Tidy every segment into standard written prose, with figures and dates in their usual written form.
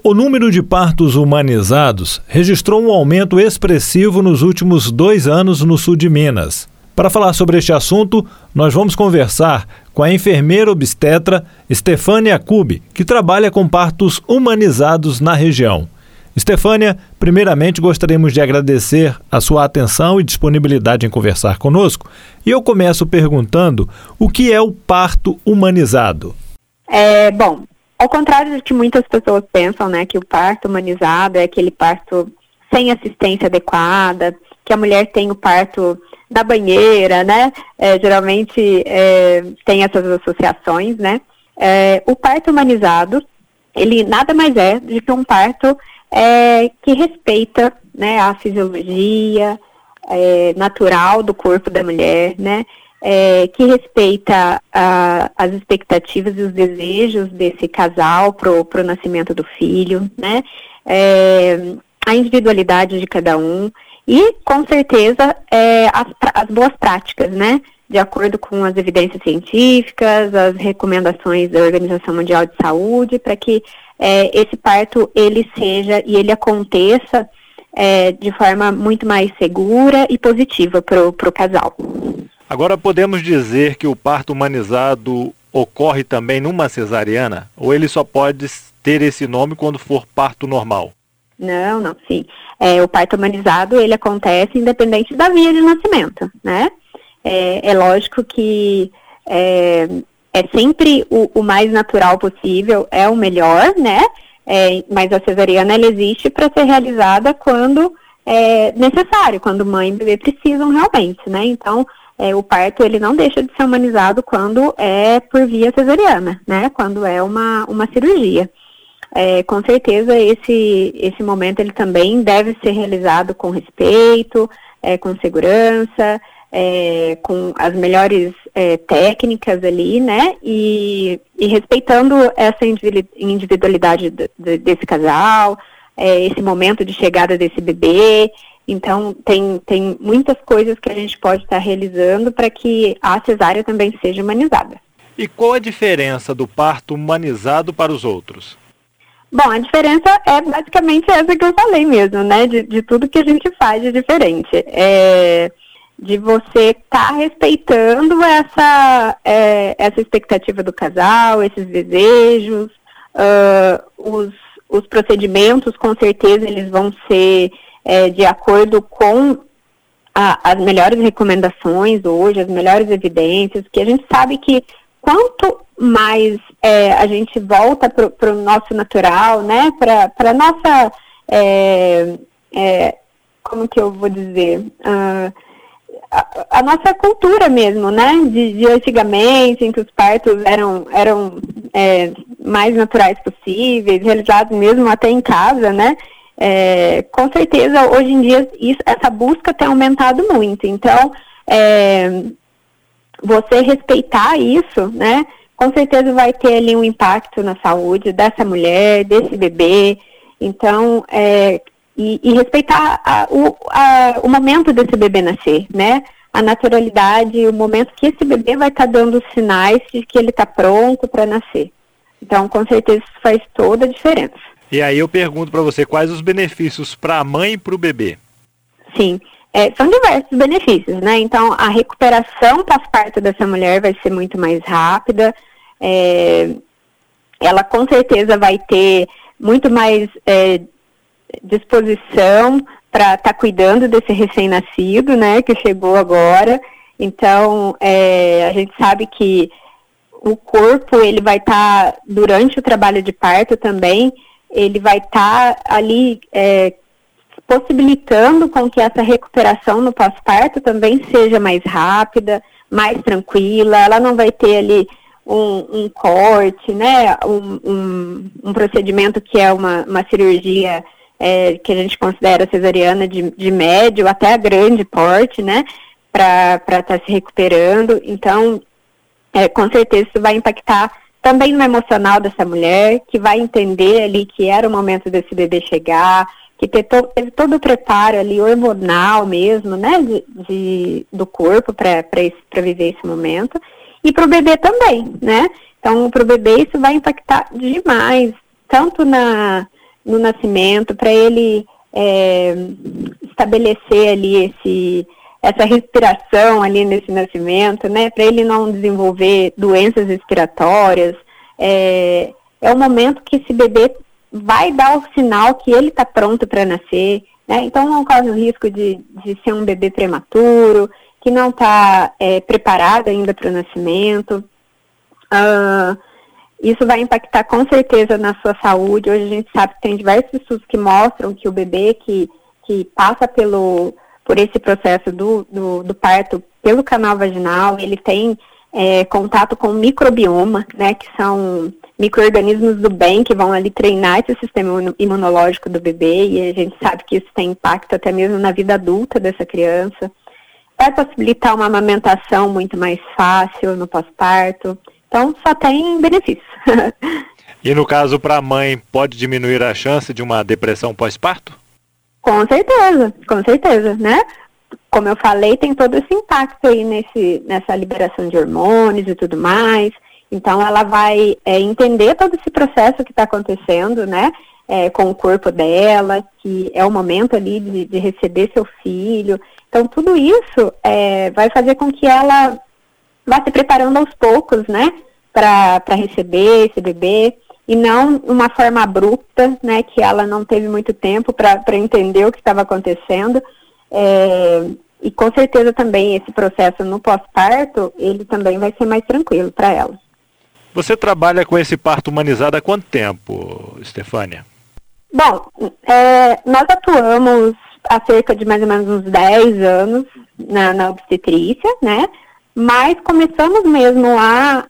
O número de partos humanizados registrou um aumento expressivo nos últimos 2 anos no sul de Minas. Para falar sobre este assunto, nós vamos conversar com a enfermeira obstetra Estefânia Kubi, que trabalha com partos humanizados na região. Estefânia, primeiramente gostaríamos de agradecer a sua atenção e disponibilidade em conversar conosco. E eu começo perguntando o que é o parto humanizado. Bom, ao contrário do que muitas pessoas pensam, né, que o parto humanizado é aquele parto sem assistência adequada, que a mulher tem o parto na banheira, né, geralmente tem essas associações, né. O parto humanizado, ele nada mais é do que um parto que respeita, né, a fisiologia natural do corpo da mulher, né, que respeita as expectativas e os desejos desse casal pro nascimento do filho, né, a individualidade de cada um e, com certeza, as boas práticas, né, de acordo com as evidências científicas, as recomendações da Organização Mundial de Saúde, para que esse parto ele seja e ele aconteça de forma muito mais segura e positiva pro casal. Agora, podemos dizer que o parto humanizado ocorre também numa cesariana? Ou ele só pode ter esse nome quando for parto normal? Não, sim. O parto humanizado, ele acontece independente da via de nascimento, né? É lógico que é sempre o mais natural possível, é o melhor, né? Mas a cesariana, ela existe para ser realizada quando é necessário, quando mãe e bebê precisam realmente, né? Então, o parto, ele não deixa de ser humanizado quando é por via cesariana, né? Quando é uma cirurgia. Com certeza, esse momento, ele também deve ser realizado com respeito, com segurança, com as melhores técnicas ali, né? E respeitando essa individualidade desse casal, esse momento de chegada desse bebê. Então, tem muitas coisas que a gente pode estar realizando para que a cesárea também seja humanizada. E qual a diferença do parto humanizado para os outros? Bom, a diferença é basicamente essa que eu falei mesmo, né? De tudo que a gente faz de diferente. De você estar respeitando essa expectativa do casal, esses desejos, os procedimentos, com certeza, eles vão ser de acordo com as melhores recomendações hoje, as melhores evidências, que a gente sabe que quanto mais a gente volta para o nosso natural, né, para a nossa, como que eu vou dizer, a nossa cultura mesmo, né, de antigamente, em que os partos eram mais naturais possíveis, realizados mesmo até em casa, né, com certeza, hoje em dia, essa busca tem aumentado muito. Então, você respeitar isso, né, com certeza vai ter ali um impacto na saúde dessa mulher, desse bebê. Então, e respeitar o momento desse bebê nascer, né, a naturalidade, o momento que esse bebê vai estar dando sinais de que ele está pronto para nascer. Então, com certeza, isso faz toda a diferença. E aí eu pergunto para você, quais os benefícios para a mãe e para o bebê? Sim, são diversos benefícios, né? Então, a recuperação pós-parto dessa mulher vai ser muito mais rápida, ela com certeza vai ter muito mais disposição para estar cuidando desse recém-nascido, né, que chegou agora. Então, a gente sabe que o corpo, ele vai estar, durante o trabalho de parto também, ele vai estar ali possibilitando com que essa recuperação no pós-parto também seja mais rápida, mais tranquila. Ela não vai ter ali um corte, né, um procedimento que é uma cirurgia que a gente considera cesariana de médio até a grande porte, né, para estar se recuperando. Então, com certeza isso vai impactar também no emocional dessa mulher, que vai entender ali que era o momento desse bebê chegar, que teve todo o preparo ali hormonal mesmo, né, do corpo para viver esse momento, e para o bebê também, né. Então, para o bebê isso vai impactar demais, tanto no nascimento, para ele estabelecer ali essa respiração ali nesse nascimento, né, para ele não desenvolver doenças respiratórias. É o momento que esse bebê vai dar o sinal que ele está pronto para nascer, né? Então não corre o risco de ser um bebê prematuro, que não está preparado ainda para o nascimento. Isso vai impactar com certeza na sua saúde. Hoje a gente sabe que tem diversos estudos que mostram que o bebê que passa por esse processo do parto pelo canal vaginal, ele tem contato com o microbioma, né, que são micro-organismos do bem que vão ali treinar esse sistema imunológico do bebê, e a gente sabe que isso tem impacto até mesmo na vida adulta dessa criança. Vai possibilitar uma amamentação muito mais fácil no pós-parto. Então, só tem benefícios. E no caso, para a mãe, pode diminuir a chance de uma depressão pós-parto? Com certeza, né? Como eu falei, tem todo esse impacto aí nessa liberação de hormônios e tudo mais. Então, ela vai entender todo esse processo que está acontecendo, né? Com o corpo dela, que é o momento ali de receber seu filho. Então, tudo isso vai fazer com que ela vá se preparando aos poucos, né? Para receber esse bebê. E não uma forma abrupta, né? Que ela não teve muito tempo para entender o que estava acontecendo. E com certeza também esse processo no pós-parto, ele também vai ser mais tranquilo para ela. Você trabalha com esse parto humanizado há quanto tempo, Estefânia? Bom, nós atuamos há cerca de mais ou menos uns 10 anos na obstetrícia, né? Mas começamos mesmo a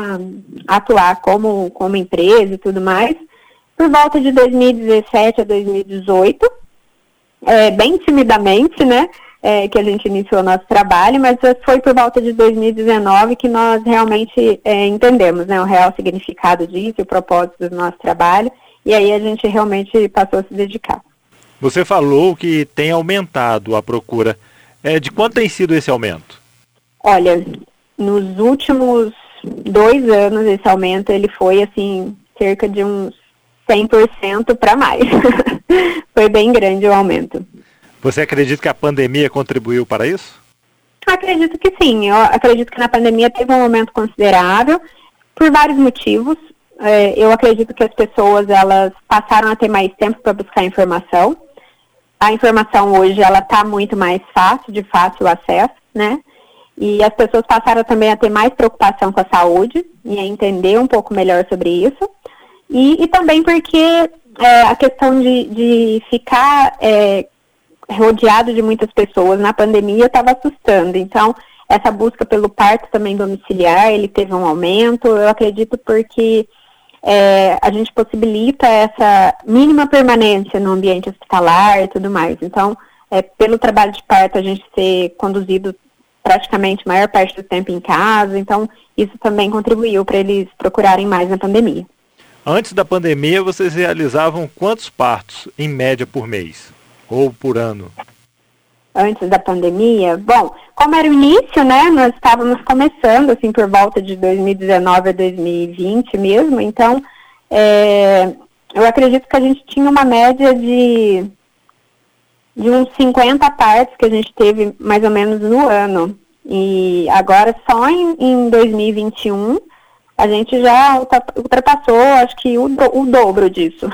atuar como empresa e tudo mais por volta de 2017 a 2018, bem timidamente, né? Que a gente iniciou o nosso trabalho, mas foi por volta de 2019 que nós realmente entendemos, né, o real significado disso, o propósito do nosso trabalho, e aí a gente realmente passou a se dedicar. Você falou que tem aumentado a procura. De quanto tem sido esse aumento? Olha, nos últimos 2 anos esse aumento ele foi assim, cerca de uns 100% para mais. Foi bem grande o aumento. Você acredita que a pandemia contribuiu para isso? Acredito que sim. Eu acredito que na pandemia teve um aumento considerável por vários motivos. Eu acredito que as pessoas elas passaram a ter mais tempo para buscar informação. A informação hoje ela está muito mais fácil, de fácil acesso, né? E as pessoas passaram também a ter mais preocupação com a saúde e a entender um pouco melhor sobre isso. E também porque a questão de ficar rodeado de muitas pessoas na pandemia estava assustando. Então, essa busca pelo parto também domiciliar, ele teve um aumento, eu acredito porque a gente possibilita essa mínima permanência no ambiente hospitalar e tudo mais. Então, pelo trabalho de parto, a gente ser conduzido praticamente a maior parte do tempo em casa, então isso também contribuiu para eles procurarem mais na pandemia. Antes da pandemia, vocês realizavam quantos partos, em média, por mês? Ou por ano? Antes da pandemia? Bom, como era o início, né, nós estávamos começando, assim, por volta de 2019 a 2020 mesmo, então, eu acredito que a gente tinha uma média de uns 50 partos que a gente teve mais ou menos no ano. E agora, só em 2021, a gente já ultrapassou, acho que o dobro disso.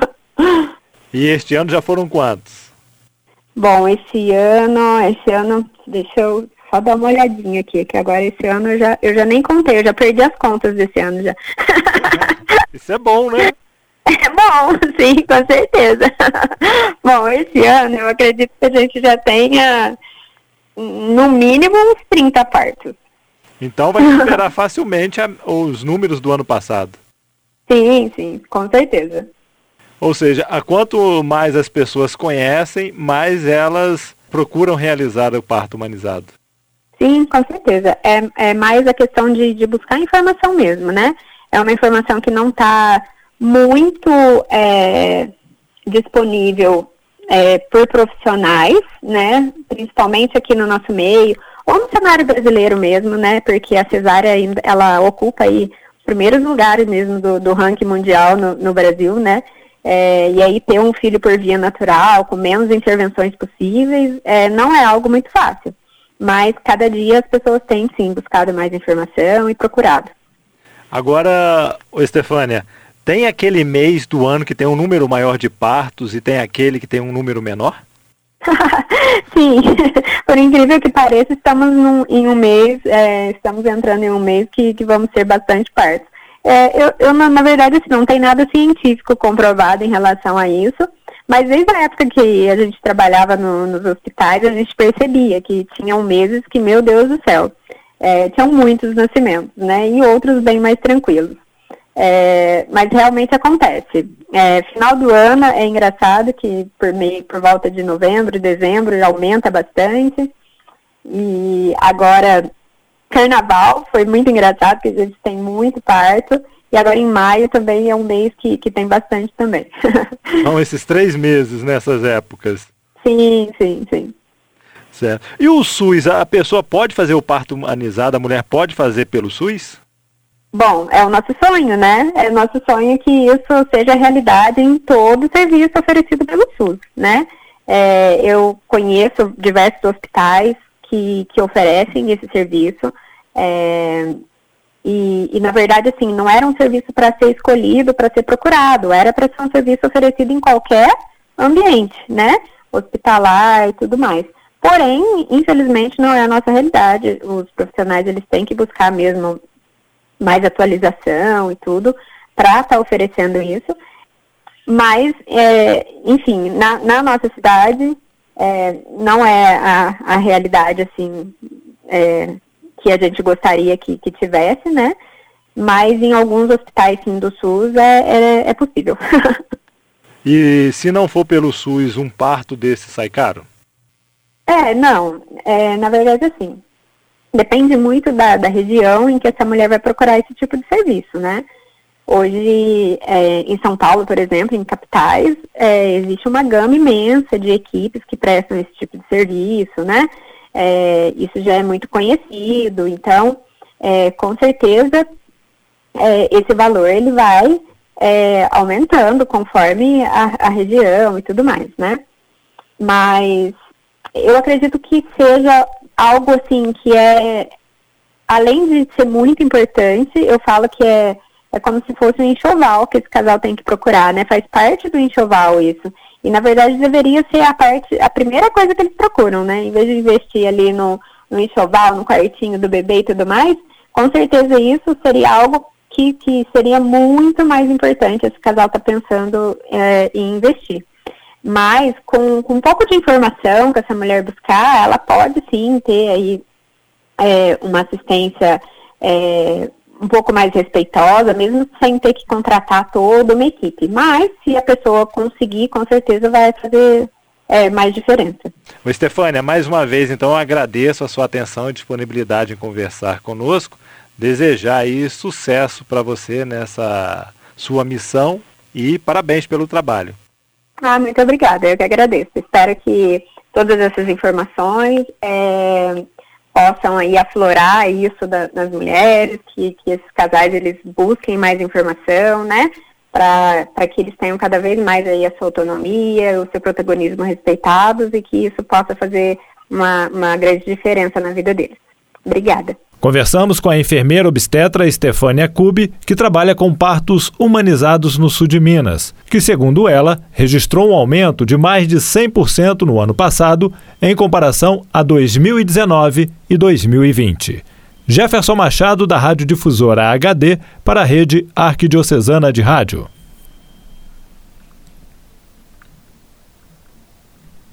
E este ano já foram quantos? Bom, esse ano, deixa eu só dar uma olhadinha aqui, que agora esse ano eu já nem contei, eu já perdi as contas desse ano já. Isso é bom, né? É bom, sim, com certeza. Bom, esse ano eu acredito que a gente já tenha, no mínimo, uns 30 partos. Então vai superar facilmente os números do ano passado. Sim, com certeza. Ou seja, a quanto mais as pessoas conhecem, mais elas procuram realizar o parto humanizado. Sim, com certeza. É mais a questão de buscar informação mesmo, né? É uma informação que não está muito disponível por profissionais, né? Principalmente aqui no nosso meio, ou no cenário brasileiro mesmo, né? Porque a cesárea ainda, ela ocupa aí os primeiros lugares mesmo do ranking mundial no Brasil, né? E aí ter um filho por via natural, com menos intervenções possíveis, não é algo muito fácil. Mas cada dia as pessoas têm, sim, buscado mais informação e procurado. Agora, Estefânia, tem aquele mês do ano que tem um número maior de partos e tem aquele que tem um número menor? Sim, por incrível que pareça, estamos em um mês, estamos entrando em um mês que vamos ter bastante partos. Na verdade, assim, não tem nada científico comprovado em relação a isso, mas desde a época que a gente trabalhava nos hospitais, a gente percebia que tinham meses que, meu Deus do céu, tinham muitos nascimentos, né, e outros bem mais tranquilos. Mas realmente acontece. Final do ano é engraçado que por volta de novembro, dezembro aumenta bastante. E agora, carnaval foi muito engraçado, porque a gente tem muito parto. E agora em maio também é um mês que tem bastante também. São esses 3 meses nessas épocas. Sim. Certo. E o SUS, a pessoa pode fazer o parto humanizado, a mulher pode fazer pelo SUS? Bom, é o nosso sonho, né? É o nosso sonho que isso seja realidade em todo o serviço oferecido pelo SUS, né? Eu conheço diversos hospitais que oferecem esse serviço e, na verdade, assim, não era um serviço para ser escolhido, para ser procurado, era para ser um serviço oferecido em qualquer ambiente, né? Hospitalar e tudo mais. Porém, infelizmente, não é a nossa realidade. Os profissionais, eles têm que buscar mesmo mais atualização e tudo, para estar oferecendo isso. Mas, enfim, na nossa cidade, não é a realidade, assim, que a gente gostaria que tivesse, né? Mas em alguns hospitais, sim, do SUS, é possível. E se não for pelo SUS, um parto desse sai caro? Não. Na verdade, assim, depende muito da região em que essa mulher vai procurar esse tipo de serviço, né? Hoje, em São Paulo, por exemplo, em capitais, existe uma gama imensa de equipes que prestam esse tipo de serviço, né? Isso já é muito conhecido, então, com certeza, esse valor ele vai aumentando conforme a região e tudo mais, né? Mas eu acredito que seja algo assim que além de ser muito importante, eu falo que é como se fosse um enxoval que esse casal tem que procurar, né? Faz parte do enxoval isso. E, na verdade, deveria ser a primeira coisa que eles procuram, né? Em vez de investir ali no enxoval, no quartinho do bebê e tudo mais, com certeza isso seria algo que seria muito mais importante esse casal tá pensando em investir. Mas, com um pouco de informação que essa mulher buscar, ela pode sim ter aí uma assistência um pouco mais respeitosa, mesmo sem ter que contratar toda uma equipe. Mas, se a pessoa conseguir, com certeza vai fazer mais diferença. Estefânia, mais uma vez, então, eu agradeço a sua atenção e disponibilidade em conversar conosco. Desejar aí sucesso para você nessa sua missão e parabéns pelo trabalho. Muito obrigada, eu que agradeço. Espero que todas essas informações possam aí aflorar isso das mulheres, que esses casais eles busquem mais informação, né, para que eles tenham cada vez mais aí a sua autonomia, o seu protagonismo respeitados e que isso possa fazer uma grande diferença na vida deles. Obrigada. Conversamos com a enfermeira obstetra Estefânia Kubi, que trabalha com partos humanizados no sul de Minas, que, segundo ela, registrou um aumento de mais de 100% no ano passado, em comparação a 2019 e 2020. Jefferson Machado, da Rádio Difusora HD, para a Rede Arquidiocesana de Rádio.